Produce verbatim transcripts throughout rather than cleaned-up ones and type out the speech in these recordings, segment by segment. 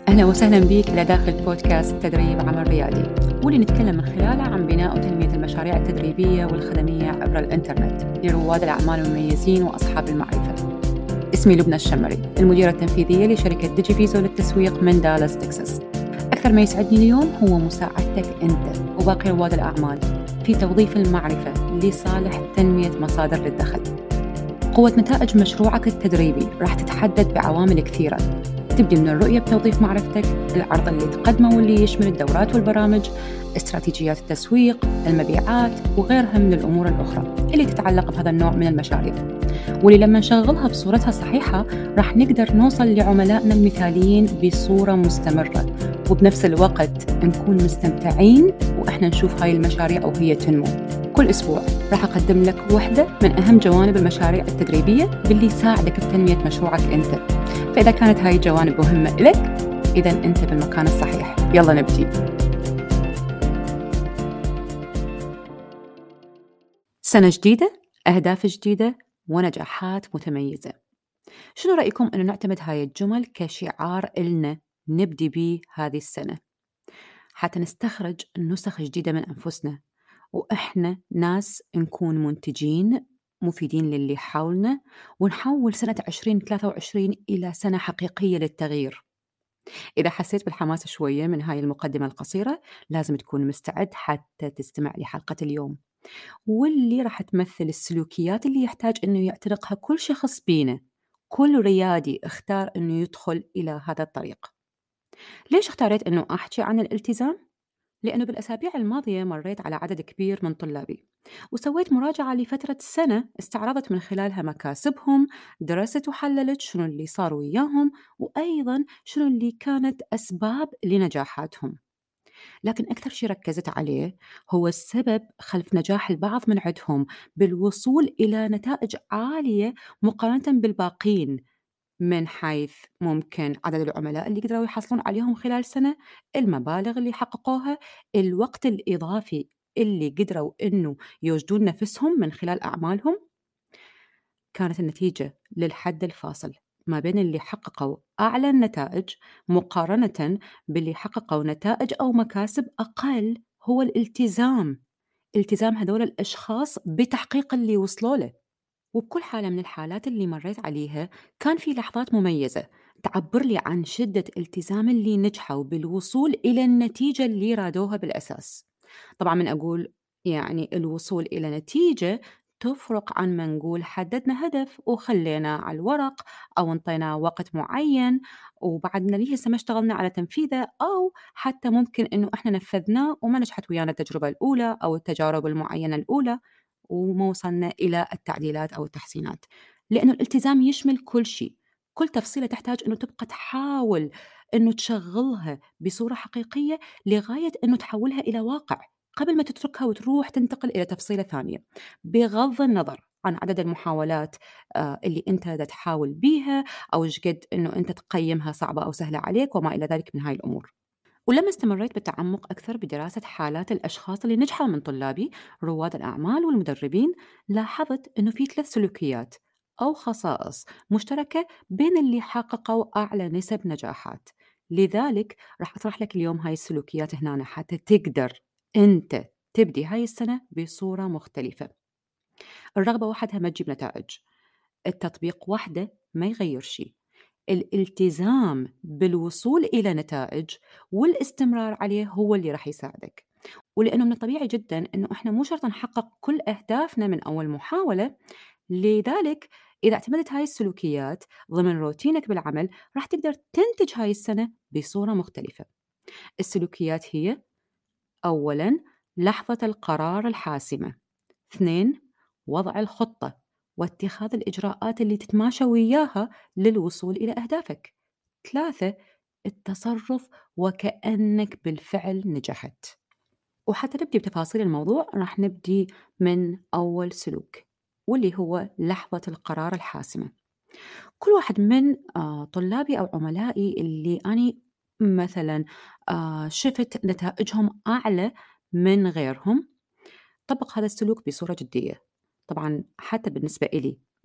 أهلا وسهلا بك إلى داخل بودكاست تدريب عمل ريادي، واللي نتكلم من خلاله عن بناء وتنمية المشاريع التدريبية والخدمية عبر الإنترنت لرواد الأعمال المميزين وأصحاب المعرفة. اسمي لبنى الشمري، المديرة التنفيذية لشركة ديجيفيزو للتسويق من دالاس تكساس. أكثر ما يسعدني اليوم هو مساعدتك أنت وباقي رواد الأعمال في توظيف المعرفة لصالح تنمية مصادر للدخل. قوة نتائج مشروعك التدريبي راح تتحدد بعوامل كثيرة، تبدي من الرؤية بتوظيف معرفتك، العرض اللي تقدمه واللي يشمل الدورات والبرامج، استراتيجيات التسويق، المبيعات وغيرها من الأمور الأخرى اللي تتعلق بهذا النوع من المشاريع، واللي لما نشغلها بصورتها الصحيحة راح نقدر نوصل لعملائنا المثاليين بصورة مستمرة، وبنفس الوقت نكون مستمتعين وإحنا نشوف هاي المشاريع وهي تنمو. كل أسبوع راح أقدم لك واحدة من أهم جوانب المشاريع التدريبية باللي يساعدك بتنمية مشروعك أنت. فإذا كانت هاي الجوانب مهمة إلك، إذن أنت بالمكان الصحيح. يلا نبدي. سنة جديدة، أهداف جديدة ونجاحات متميزة. شنو رأيكم أنه نعتمد هاي الجمل كشعار إلنا نبدي به هذه السنة، حتى نستخرج نسخ جديدة من أنفسنا، وإحنا ناس نكون منتجين مفيدين للي حولنا، ونحول سنة عشرين ثلاثة وعشرين إلى سنة حقيقية للتغيير. إذا حسيت بالحماس شوية من هاي المقدمة القصيرة، لازم تكون مستعد حتى تستمع لحلقة اليوم، واللي راح تمثل السلوكيات اللي يحتاج أنه يعتنقها كل شخص بينا، كل ريادي اختار أنه يدخل إلى هذا الطريق. ليش اختاريت أنه أحكي عن الالتزام؟ لأنه بالأسابيع الماضية مريت على عدد كبير من طلابي، وسويت مراجعة لفترة سنة استعرضت من خلالها مكاسبهم، درست وحللت شنو اللي صار وياهم، وأيضا شنو اللي كانت أسباب لنجاحاتهم. لكن أكثر شيء ركزت عليه هو السبب خلف نجاح البعض من عندهم بالوصول إلى نتائج عالية مقارنة بالباقين، من حيث ممكن عدد العملاء اللي قدروا يحصلون عليهم خلال سنة، المبالغ اللي حققوها، الوقت الإضافي اللي قدروا إنه يوجدون نفسهم من خلال أعمالهم. كانت النتيجة للحد الفاصل ما بين اللي حققوا أعلى النتائج مقارنة باللي حققوا نتائج أو مكاسب أقل، هو الالتزام. التزام هذول الأشخاص بتحقيق اللي وصلوا له. وبكل حالة من الحالات اللي مريت عليها كان في لحظات مميزة تعبر لي عن شدة التزام اللي نجحوا بالوصول إلى النتيجة اللي رادوها بالأساس. طبعا من أقول يعني الوصول إلى نتيجة تفرق عن ما نقول حددنا هدف وخلينا على الورق، أو انطينا وقت معين وبعدنا ليه هسه ما اشتغلنا على تنفيذه، أو حتى ممكن إنه إحنا نفذناه وما نجحت ويانا التجربة الأولى أو التجارب المعينة الأولى وما وصلنا إلى التعديلات أو التحسينات. لأنه الالتزام يشمل كل شيء، كل تفصيلة تحتاج أنه تبقى تحاول أنه تشغلها بصورة حقيقية لغاية أنه تحولها إلى واقع قبل ما تتركها وتروح تنتقل إلى تفصيلة ثانية، بغض النظر عن عدد المحاولات آه، اللي أنت دا تحاول بيها، أو جد أنه أنت تقيمها صعبة أو سهلة عليك وما إلى ذلك من هاي الأمور. ولما استمريت بالتعمق أكثر بدراسة حالات الأشخاص اللي نجحوا من طلابي رواد الأعمال والمدربين، لاحظت أنه في ثلاث سلوكيات أو خصائص مشتركة بين اللي حققوا أعلى نسب نجاحات. لذلك راح أطرح لك اليوم هاي السلوكيات هنا حتى تقدر أنت تبدي هاي السنة بصورة مختلفة. الرغبة وحدها ما تجيب نتائج، التطبيق وحده ما يغير شيء، الالتزام بالوصول إلى نتائج والاستمرار عليه هو اللي راح يساعدك. ولأنه من الطبيعي جدا أنه إحنا مو شرط نحقق كل أهدافنا من أول محاولة، لذلك إذا اعتمدت هاي السلوكيات ضمن روتينك بالعمل راح تقدر تنتج هاي السنة بصورة مختلفة. السلوكيات هي: أولا، لحظة القرار الحاسمة. اثنين، وضع الخطة واتخاذ الإجراءات اللي تتماشى وياها للوصول إلى أهدافك. ثلاثة، التصرف وكأنك بالفعل نجحت. وحتى نبدي بتفاصيل الموضوع راح نبدي من أول سلوك، واللي هو لحظة القرار الحاسمة. كل واحد من آه، طلابي أو عملائي اللي أني مثلا آه، شفت نتائجهم أعلى من غيرهم طبق هذا السلوك بصورة جدية. طبعا حتى بالنسبة إلي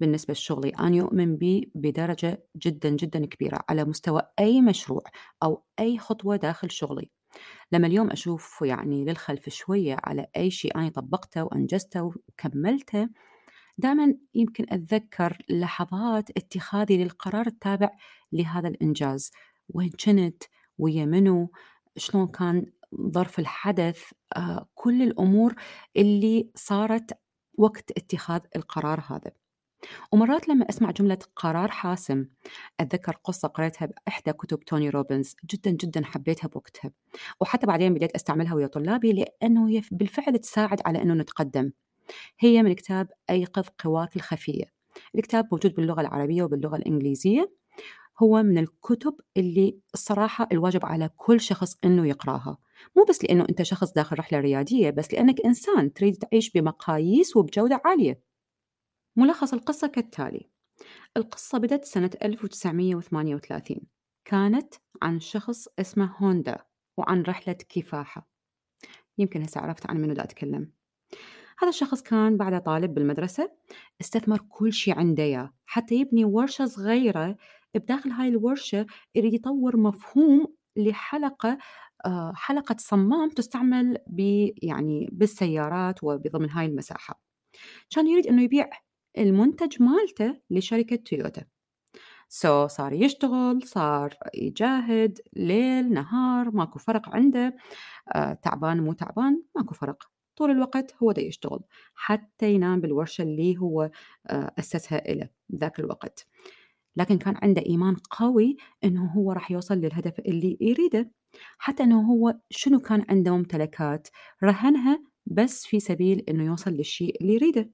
بالنسبة لشغلي أنا يؤمن به بدرجة جدا جدا كبيرة على مستوى أي مشروع أو أي خطوة داخل شغلي. لما اليوم أشوف يعني للخلف شوية على أي شيء أنا طبقته وأنجزته وكملته، دائما يمكن أتذكر لحظات اتخاذي للقرار التابع لهذا الإنجاز، وين كنت، ويا منو، شلون كان ظرف الحدث، آه، كل الأمور اللي صارت وقت اتخاذ القرار هذا. ومرات لما أسمع جملة قرار حاسم أتذكر قصة قرأتها بإحدى كتب توني روبنز، جدا جدا حبيتها بوقتها، وحتى بعدين بديت أستعملها ويا طلابي لأنه هي بالفعل تساعد على أنه نتقدم. هي من كتاب أيقظ قواك الخفية. الكتاب موجود باللغة العربية وباللغة الإنجليزية. هو من الكتب اللي الصراحة الواجب على كل شخص أنه يقراها، مو بس لأنه أنت شخص داخل رحلة ريادية، بس لأنك إنسان تريد تعيش بمقاييس وبجودة عالية. ملخص القصة كالتالي: القصة بدت سنة ألف وتسعمية وثمانية وثلاثين، كانت عن شخص اسمه هوندا وعن رحلة كفاحة. يمكن هسه عرفت عن منو دا أتكلم. هذا الشخص كان بعد طالب بالمدرسة، استثمر كل شيء عنده إياه حتى يبني ورشة صغيرة. بداخل هاي الورشة يريد يطور مفهوم لحلقة، آه، حلقة صمام تستعمل ب يعني بالسيارات وبضمن هاي المساحة. كان يريد إنه يبيع المنتج مالته لشركة تويوتا. سو صار يشتغل، صار يجاهد ليل نهار، ماكو فرق عنده، آه، تعبان مو تعبان ماكو فرق، طول الوقت هو دا يشتغل حتى ينام بالورشة اللي هو آه، أسسها إله ذاك الوقت. لكن كان عنده إيمان قوي إنه هو راح يوصل للهدف اللي يريده، حتى إنه هو شنو كان عنده ممتلكات رهنها بس في سبيل إنه يوصل للشيء اللي يريده.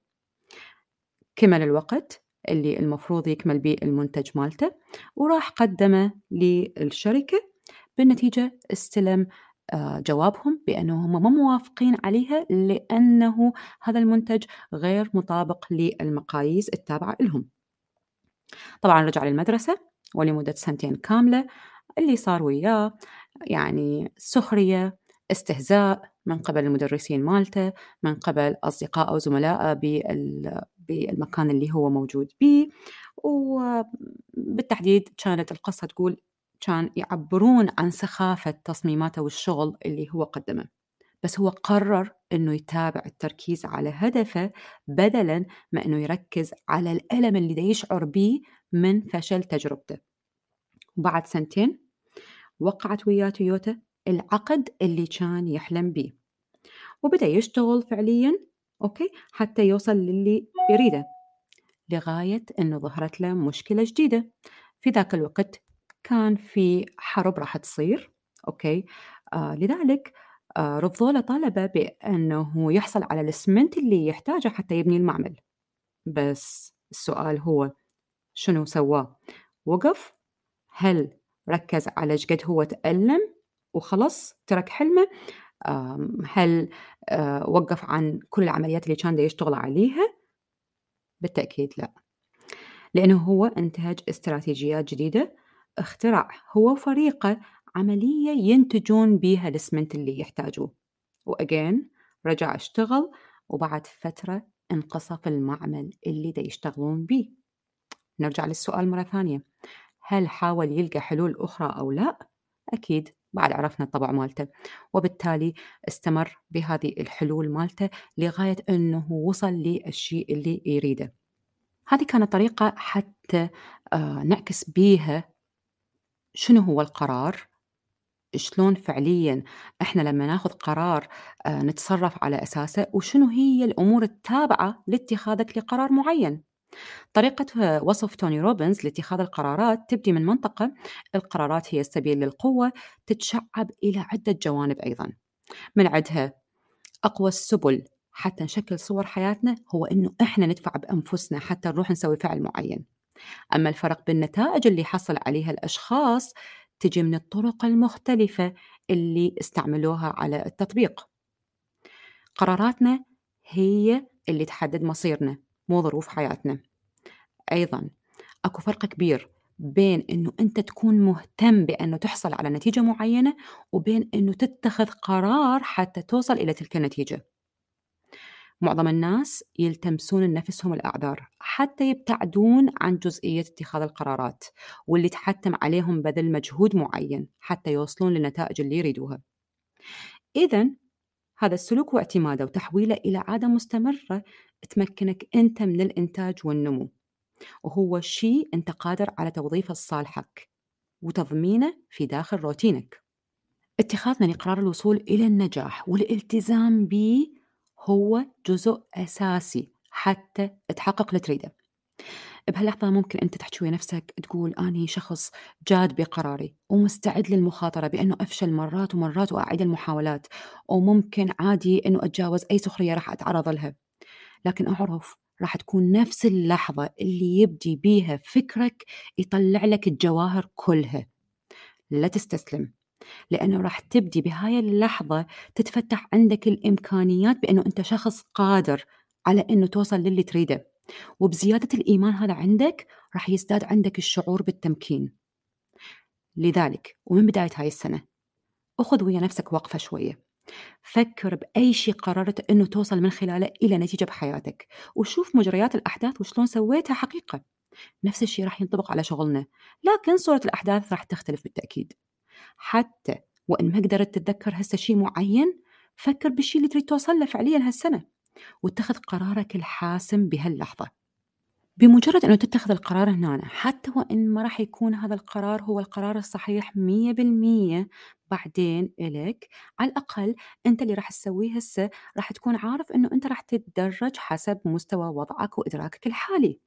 كمل الوقت اللي المفروض يكمل به المنتج مالته وراح قدمه للشركة. بالنتيجة استلم آه، جوابهم بأنه هم ما موافقين عليها لأنه هذا المنتج غير مطابق للمقاييس التابعة لهم. طبعا رجع للمدرسة ولمدة سنتين كاملة اللي صار وياه يعني سخرية، استهزاء من قبل المدرسين مالته، من قبل أصدقائه وزملائه بال- بالمكان اللي هو موجود به. وبالتحديد كانت القصة تقول كان يعبرون عن سخافة تصميماته والشغل اللي هو قدمه، بس هو قرر إنه يتابع التركيز على هدفه بدلاً ما إنه يركز على الألم اللي دا يشعر به من فشل تجربته. وبعد سنتين وقعت وياه تويوتا العقد اللي كان يحلم به، وبدأ يشتغل فعلياً أوكي حتى يوصل للي يريده، لغاية إنه ظهرت له مشكلة جديدة. في ذاك الوقت كان في حرب راح تصير أوكي، آه لذلك آه رفضوا له طلبه بأنه يحصل على الإسمنت اللي يحتاجه حتى يبني المعمل. بس السؤال هو شنو سواه؟ وقف؟ هل ركز على شقد هو تألم وخلص ترك حلمه؟ آم، هل آه، وقف عن كل العمليات اللي كان دا يشتغل عليها؟ بالتأكيد لا، لأنه هو انتهج استراتيجيات جديدة، اخترع هو وفريقه عملية ينتجون بيها الإسمنت اللي يحتاجوه. وأجين رجع اشتغل، وبعد فترة انقصف المعمل اللي دا يشتغلون بيه. نرجع للسؤال مرة ثانية: هل حاول يلقى حلول أخرى أو لا؟ أكيد بعد عرفنا الطبع مالته، وبالتالي استمر بهذه الحلول مالته لغاية أنه وصل للشيء اللي يريده. هذه كانت طريقة حتى آه، نعكس بيها شنو هو القرار، شلون فعليا احنا لما ناخذ قرار آه، نتصرف على أساسه، وشنو هي الأمور التابعة لاتخاذك لقرار معين. طريقة وصف توني روبنز لاتخاذ القرارات تبدي من منطقة القرارات هي السبيل للقوة، تتشعب إلى عدة جوانب أيضا. من عدها أقوى السبل حتى نشكل صور حياتنا هو إنه إحنا ندفع بأنفسنا حتى نروح نسوي فعل معين. أما الفرق بالنتائج اللي حصل عليها الأشخاص تجي من الطرق المختلفة اللي استعملوها على التطبيق. قراراتنا هي اللي تحدد مصيرنا مو ظروف حياتنا. أيضاً أكو فرق كبير بين إنه أنت تكون مهتم بأنه تحصل على نتيجة معينة وبين إنه تتخذ قرار حتى توصل إلى تلك النتيجة. معظم الناس يلتمسون لنفسهم الأعذار حتى يبتعدون عن جزئية اتخاذ القرارات واللي تحتم عليهم بذل مجهود معين حتى يوصلون للنتائج اللي يريدوها. إذن هذا السلوك واعتماده وتحويله إلى عادة مستمرة تمكنك أنت من الإنتاج والنمو، وهو شيء أنت قادر على توظيفه لصالحك وتضمينه في داخل روتينك. اتخاذنا لقرار الوصول إلى النجاح والالتزام به هو جزء أساسي حتى تحقق اللي تريده. بهاللحظة ممكن أنت تحكي ويا نفسك تقول أني شخص جاد بقراري ومستعد للمخاطرة بأنه أفشل مرات ومرات وأعيد المحاولات، وممكن عادي أنه أتجاوز أي سخرية راح أتعرض لها، لكن أعرف راح تكون نفس اللحظة اللي يبدي بيها فكرك يطلع لك الجواهر كلها. لا تستسلم، لأنه راح تبدي بهاي اللحظة تتفتح عندك الإمكانيات بأنه أنت شخص قادر على أنه توصل للي تريده، وبزيادة الإيمان هذا عندك راح يزداد عندك الشعور بالتمكين. لذلك ومن بداية هاي السنة أخذ ويا نفسك وقفة شوية، فكر بأي شيء قررت أنه توصل من خلاله إلى نتيجة بحياتك، وشوف مجريات الأحداث وشلون سويتها حقيقة. نفس الشيء راح ينطبق على شغلنا، لكن صورة الأحداث راح تختلف بالتأكيد. حتى وإن ما قدرت تتذكر هسه شيء معين، فكر بالشيء اللي تريد توصل له فعليا هالسنة واتخذ قرارك الحاسم بهاللحظة. بمجرد أنه تتخذ القرار هنا، حتى وإن ما راح يكون هذا القرار هو القرار الصحيح مية بالمية بعدين إلك، على الأقل أنت اللي راح تسويه هسه راح تكون عارف أنه أنت راح تتدرج حسب مستوى وضعك وإدراكك الحالي.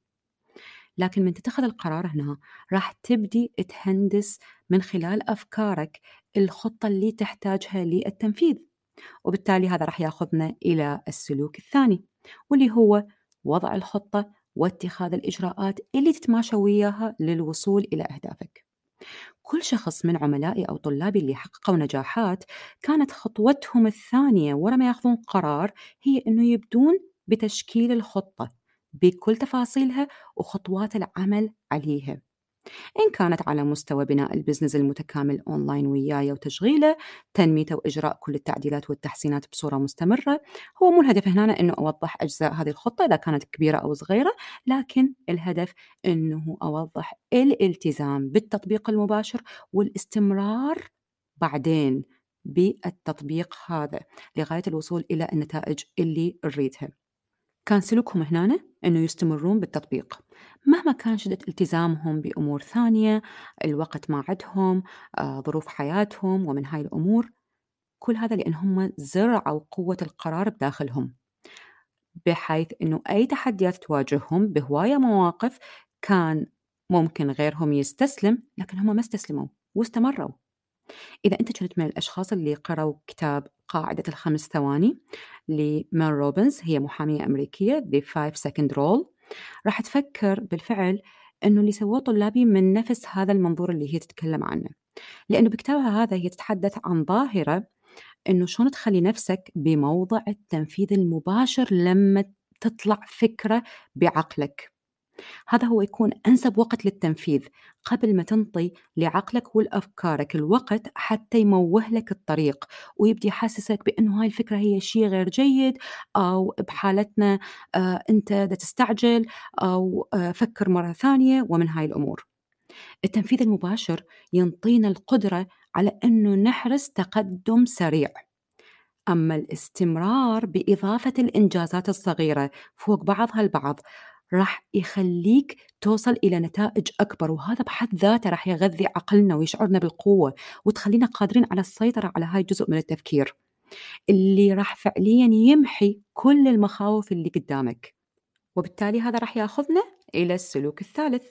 لكن من تتخذ القرار هنا راح تبدي تهندس من خلال أفكارك الخطة اللي تحتاجها للتنفيذ، وبالتالي هذا راح ياخذنا إلى السلوك الثاني، واللي هو وضع الخطة واتخاذ الإجراءات اللي تتماشى وياها للوصول إلى أهدافك. كل شخص من عملائي أو طلابي اللي حققوا نجاحات كانت خطوتهم الثانية ورا ما ياخذون قرار هي أنه يبدون بتشكيل الخطة بكل تفاصيلها وخطوات العمل عليها، إن كانت على مستوى بناء البزنس المتكامل أونلاين وياي وتشغيله، تنميته وإجراء كل التعديلات والتحسينات بصورة مستمرة. هو مو الهدف هنا أنه أوضح أجزاء هذه الخطة إذا كانت كبيرة أو صغيرة، لكن الهدف أنه أوضح الالتزام بالتطبيق المباشر والاستمرار بعدين بالتطبيق هذا لغاية الوصول إلى النتائج اللي نريدها. كان سلوكهم هنا أنه يستمرون بالتطبيق مهما كان شدة التزامهم بأمور ثانية، الوقت ما عندهم، آه، ظروف حياتهم ومن هاي الأمور. كل هذا لأن هم زرعوا قوة القرار بداخلهم، بحيث أنه أي تحديات تواجههم بهواية مواقف كان ممكن غيرهم يستسلم، لكن هم ما استسلموا واستمروا. إذا أنت كنت من الأشخاص اللي قرأوا كتاب قاعدة الخمس ثواني لميل روبنز، هي محامية أمريكية The Five Second Rule، راح تفكر بالفعل أنه اللي سووه طلابي من نفس هذا المنظور اللي هي تتكلم عنه، لأنه بكتابها هذا هي تتحدث عن ظاهرة أنه شلون تخلي نفسك بموضع التنفيذ المباشر لما تطلع فكرة بعقلك. هذا هو يكون أنسب وقت للتنفيذ قبل ما تنطي لعقلك والأفكارك الوقت حتى يموه لك الطريق ويبدي يحسسك بأنه هاي الفكرة هي شيء غير جيد، أو بحالتنا آه أنت دا تستعجل، أو آه فكر مرة ثانية ومن هاي الأمور. التنفيذ المباشر ينطينا القدرة على أنه نحرز تقدم سريع، أما الاستمرار بإضافة الإنجازات الصغيرة فوق بعضها البعض راح يخليك توصل إلى نتائج أكبر، وهذا بحد ذاته راح يغذي عقلنا ويشعرنا بالقوة وتخلينا قادرين على السيطرة على هاي الجزء من التفكير اللي راح فعليا يمحي كل المخاوف اللي قدامك. وبالتالي هذا راح ياخذنا إلى السلوك الثالث،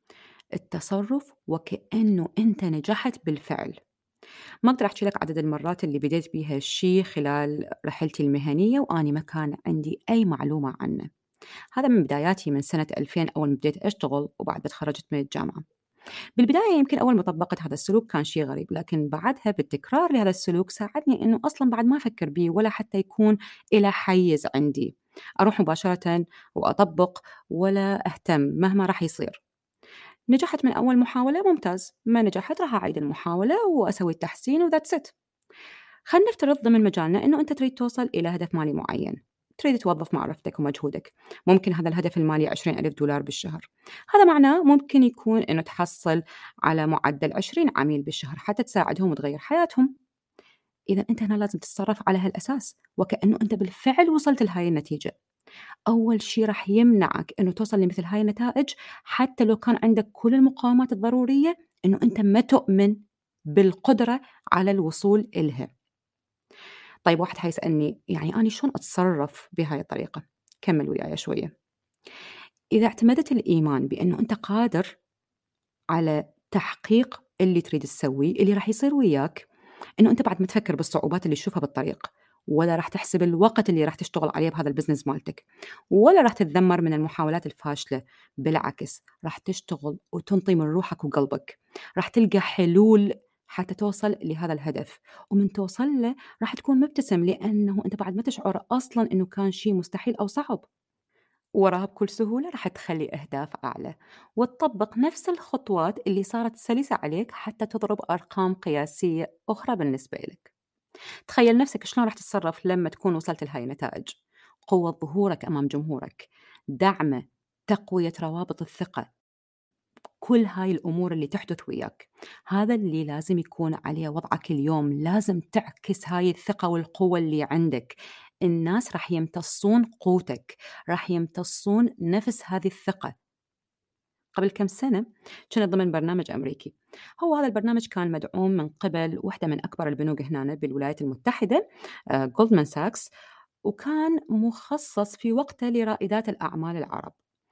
التصرف وكأنه أنت نجحت بالفعل. ما أقدر أحكي لك عدد المرات اللي بديت بيها الشيء خلال رحلتي المهنية وأني ما كان عندي أي معلومة عنه. هذا من بداياتي من سنة ألفين أول ما بديت أشتغل وبعد ما تخرجت من الجامعة. بالبداية يمكن أول ما طبقت هذا السلوك كان شيء غريب، لكن بعدها بالتكرار لهذا السلوك ساعدني إنه أصلا بعد ما أفكر بيه ولا حتى يكون إلى حيز عندي، أروح مباشرة وأطبق ولا أهتم مهما راح يصير. نجحت من أول محاولة ممتاز، ما نجحت راح أعيد المحاولة وأسوي التحسين وذاتس إت. خلينا نفترض ضمن مجالنا إنه أنت تريد توصل إلى هدف مالي معين، تريد توظف معرفتك ومجهودك. ممكن هذا الهدف المالي عشرين ألف دولار بالشهر. هذا معناه ممكن يكون إنه تحصل على معدل عشرين عميل بالشهر حتى تساعدهم وتغير حياتهم. إذا أنت هنا لازم تتصرف على هالأساس وكأنه أنت بالفعل وصلت لهاي النتيجة. أول شي رح يمنعك إنه توصل لمثل هاي النتائج، حتى لو كان عندك كل المقاومات الضرورية، إنه أنت ما تؤمن بالقدرة على الوصول إلها. طيب واحد حيسألني يعني أنا شلون أتصرف بهاي الطريقة؟ كمل وياي شوية. إذا اعتمدت الإيمان بأنه أنت قادر على تحقيق اللي تريد تسويه، اللي راح يصير وياك إنه أنت بعد ما تفكر بالصعوبات اللي تشوفها بالطريق، ولا راح تحسب الوقت اللي راح تشتغل عليه بهذا البزنس مالتك، ولا راح تتذمر من المحاولات الفاشلة. بالعكس راح تشتغل وتنطي من روحك وقلبك، راح تلقى حلول حتى توصل لهذا الهدف، ومن توصل له راح تكون مبتسم لأنه أنت بعد ما تشعر أصلا أنه كان شيء مستحيل أو صعب. وراها بكل سهولة راح تخلي أهداف أعلى وتطبق نفس الخطوات اللي صارت سلسة عليك حتى تضرب أرقام قياسية أخرى بالنسبة لك. تخيل نفسك شلون راح تتصرف لما تكون وصلت لهاي النتائج. قوة ظهورك أمام جمهورك، دعمه، تقوية روابط الثقة، كل هاي الأمور اللي تحدث وياك، هذا اللي لازم يكون عليه وضعك اليوم. لازم تعكس هاي الثقة والقوة اللي عندك. الناس راح يمتصون قوتك، راح يمتصون نفس هذه الثقة. قبل كم سنة كنت ضمن برنامج أمريكي. هو هذا البرنامج كان مدعوم من قبل واحدة من أكبر البنوك هنا بالولايات المتحدة، جولدمان ساكس، وكان مخصص في وقته لرائدات الأعمال العرب.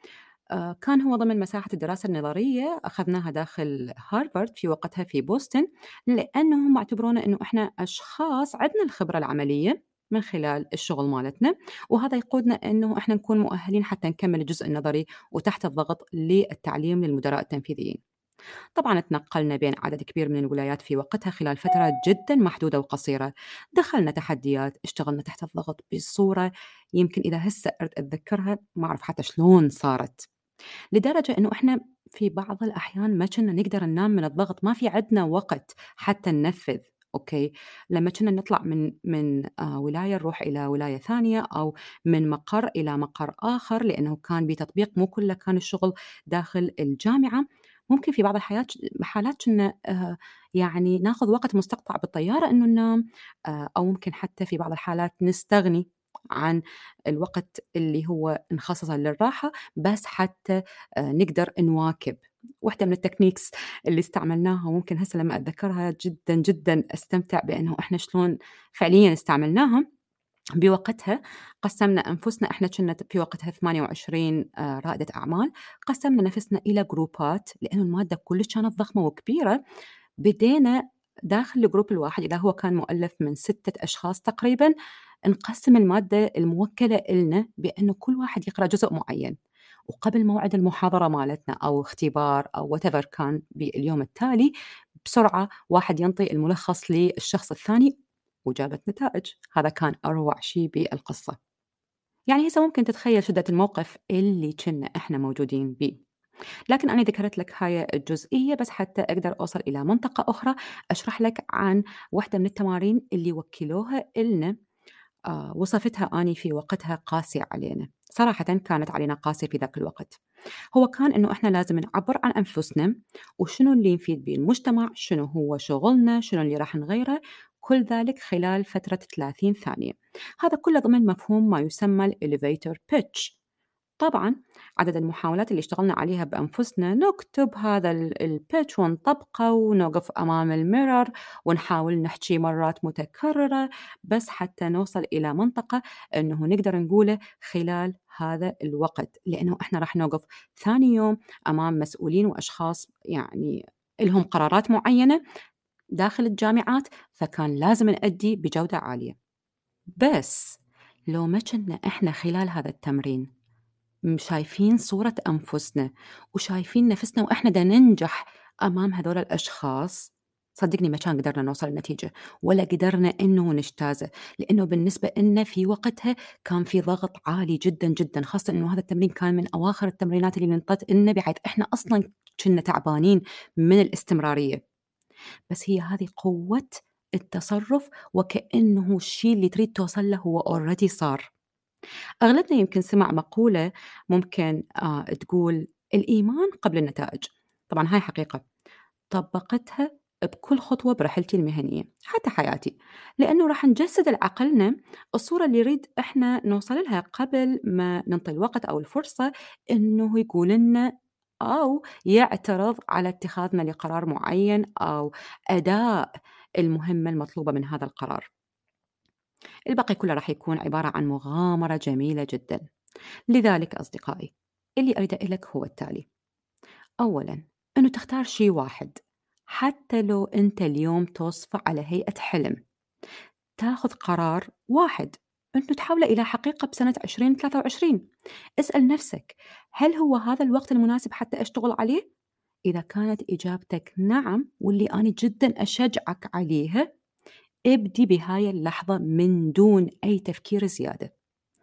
آه، كان هو ضمن مساحة الدراسة النظرية أخذناها داخل هارفارد في وقتها في بوسطن، لأنهم اعتبرونا أنه إحنا أشخاص عندنا الخبرة العملية من خلال الشغل مالتنا، وهذا يقودنا أنه إحنا نكون مؤهلين حتى نكمل الجزء النظري وتحت الضغط للتعليم للمدراء التنفيذيين. طبعا تنقلنا بين عدد كبير من الولايات في وقتها خلال فترة جدا محدودة وقصيرة. دخلنا تحديات، اشتغلنا تحت الضغط بصورة يمكن إذا هسه أتذكرها ما أعرف حتى شلون صارت، لدرجة إنه إحنا في بعض الأحيان ما كنا نقدر ننام من الضغط، ما في عندنا وقت حتى ننفذ. أوكي، لما كنا نطلع من من آه ولاية نروح إلى ولاية ثانية، أو من مقر إلى مقر آخر، لأنه كان بتطبيق مو كله كان الشغل داخل الجامعة. ممكن في بعض الحالات حالات كنا آه يعني ناخذ وقت مستقطع بالطيارة إنه ننام، آه أو ممكن حتى في بعض الحالات نستغني عن الوقت اللي هو نخصصه للراحة بس حتى آه، نقدر نواكب. واحدة من التكنيكس اللي استعملناها وممكن هسه لما أتذكرها جدا جدا أستمتع بأنه إحنا شلون فعليا استعملناها. بوقتها قسمنا أنفسنا، إحنا كنا في وقتها ثمانية وعشرين آه، رائدة أعمال. قسمنا نفسنا إلى جروبات لأنه المادة كلش كانت ضخمة وكبيرة. بدينا داخل الجروب الواحد إذا هو كان مؤلف من ستة أشخاص تقريبا، نقسم المادة الموكلة إلنا بأنه كل واحد يقرأ جزء معين، وقبل موعد المحاضرة مالتنا أو اختبار أو whatever كان باليوم التالي، بسرعة واحد ينطي الملخص للشخص الثاني، وجابت نتائج. هذا كان أروع شيء بالقصة. يعني هسه ممكن تتخيل شدة الموقف اللي كنا إحنا موجودين بيه. لكن أنا ذكرت لك هاي الجزئية بس حتى أقدر أوصل إلى منطقة أخرى أشرح لك عن واحدة من التمارين اللي وكلوها إلنا. آه وصفتها أني في وقتها قاسية علينا، صراحة كانت علينا قاسية في ذاك الوقت. هو كان إنه إحنا لازم نعبر عن أنفسنا وشنو اللي نفيد به المجتمع، شنو هو شغلنا، شنو اللي راح نغيره، كل ذلك خلال فترة ثلاثين ثانية. هذا كله ضمن مفهوم ما يسمى الإليفيتور بيتش. طبعا عدد المحاولات اللي اشتغلنا عليها بأنفسنا نكتب هذا البيتش ونطبقه ونوقف أمام الميرور ونحاول نحكي مرات متكررة بس حتى نوصل إلى منطقة أنه نقدر نقوله خلال هذا الوقت، لأنه إحنا راح نوقف ثاني يوم أمام مسؤولين وأشخاص يعني لهم قرارات معينة داخل الجامعات، فكان لازم نأدي بجودة عالية. بس لو ما كنا إحنا خلال هذا التمرين م شايفين صورة أنفسنا وشايفين نفسنا وإحنا دا ننجح أمام هذول الأشخاص، صدقني ما كان قدرنا نوصل لنتيجة ولا قدرنا إنه نجتازه، لأنه بالنسبة إلنا في وقتها كان في ضغط عالي جدًا، جدًا، خاصة إنه هذا التمرين كان من أواخر التمرينات اللي انطت لنا بحيث إحنا أصلًا كنا تعبانين من الاستمرارية. بس هي هذه قوة التصرف، وكأنه الشي اللي تريد توصل له هو already صار. أغلبنا يمكن سمع مقولة ممكن آه تقول الإيمان قبل النتائج. طبعا هاي حقيقة طبقتها بكل خطوة برحلتي المهنية حتى حياتي، لأنه راح نجسد لعقلنا الصورة اللي يريد إحنا نوصل لها قبل ما ننطي الوقت أو الفرصة إنه يقول لنا أو يعترض على اتخاذنا لقرار معين أو أداء المهمة المطلوبة من هذا القرار. الباقي كله راح يكون عبارة عن مغامرة جميلة جدا. لذلك أصدقائي، اللي أريد لك هو التالي: أولاً، إنه تختار شيء واحد، حتى لو أنت اليوم توصفه على هيئة حلم، تاخذ قرار واحد إنه تحوله إلى حقيقة بسنة عشرين ثلاثة وعشرين. اسأل نفسك: هل هو هذا الوقت المناسب حتى أشتغل عليه؟ إذا كانت إجابتك نعم، واللي أنا جدا أشجعك عليها، ابدي بهاي اللحظة من دون أي تفكير زيادة.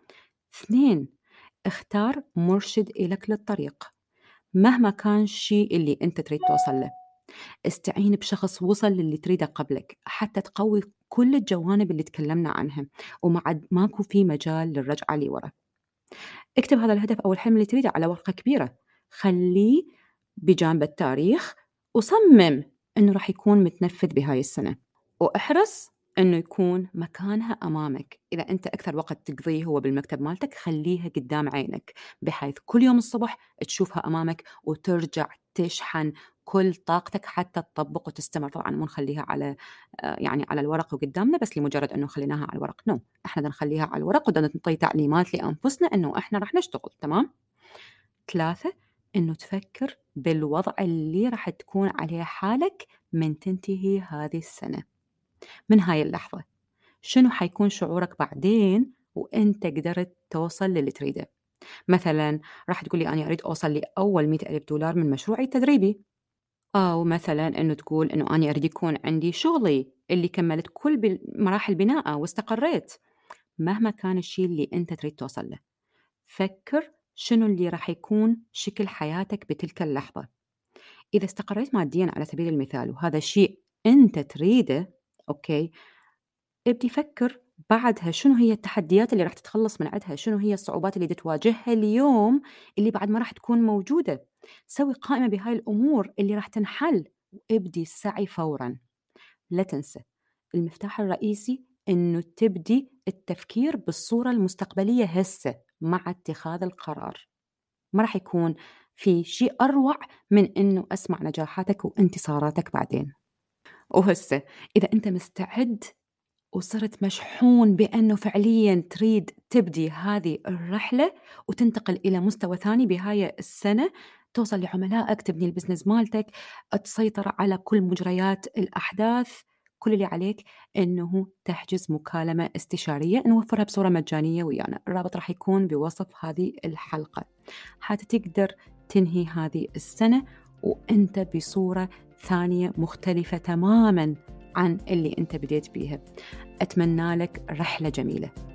اثنين، اختار مرشد إلك للطريق مهما كان الشيء اللي أنت تريد توصل له. استعين بشخص وصل للي تريده قبلك حتى تقوي كل الجوانب اللي تكلمنا عنها وما عاد ماكو في مجال للرجعة لورا. اكتب هذا الهدف أو الحلم اللي تريده على ورقة كبيرة، خليه بجانب التاريخ، وصمم أنه راح يكون متنفذ بهاي السنة، واحرص أنه يكون مكانها أمامك. إذا أنت أكثر وقت تقضيه هو بالمكتب مالتك، خليها قدام عينك بحيث كل يوم الصبح تشوفها أمامك وترجع تشحن كل طاقتك حتى تطبق وتستمر. طبعا مو نخليها على آه، يعني على الورق وقدامنا بس لمجرد أنه خليناها على الورق، نو no. احنا بدنا نخليها على الورق وبدنا نعطي تعليمات لأنفسنا أنه احنا راح نشتغل. تمام. ثلاثة، أنه تفكر بالوضع اللي راح تكون عليه حالك من تنتهي هذه السنة. من هاي اللحظة شنو حيكون شعورك بعدين وانت قدرت توصل للي تريده؟ مثلا راح تقولي أنا أريد أوصل لأول مئة ألف دولار من مشروعي التدريبي، أو مثلا أنه تقول أنه أنا أريد يكون عندي شغلي اللي كملت كل مراحل بناءه واستقريت. مهما كان الشيء اللي أنت تريد توصل له، فكر شنو اللي راح يكون شكل حياتك بتلك اللحظة. إذا استقريت ماديا على سبيل المثال وهذا شيء أنت تريده، أوكي، ابدي فكر بعدها شنو هي التحديات اللي راح تتخلص من عندها، شنو هي الصعوبات اللي تواجهها اليوم اللي بعد ما راح تكون موجودة. سوي قائمة بهاي الأمور اللي راح تنحل وابدي السعي فورا. لا تنسى المفتاح الرئيسي إنه تبدي التفكير بالصورة المستقبلية هسه مع اتخاذ القرار. ما راح يكون في شيء أروع من إنه أسمع نجاحاتك وانتصاراتك بعدين. وهسه إذا أنت مستعد وصرت مشحون بأنه فعلياً تريد تبدي هذه الرحلة وتنتقل إلى مستوى ثاني بهاي السنة، توصل لعملائك، تبني البزنس مالتك، تسيطر على كل مجريات الأحداث، كل اللي عليك أنه تحجز مكالمة استشارية نوفرها بصورة مجانية ويانا. الرابط راح يكون بوصف هذه الحلقة حتى تقدر تنهي هذه السنة وأنت بصورة ثانية مختلفة تماماً عن اللي أنت بديت بيها. أتمنى لك رحلة جميلة.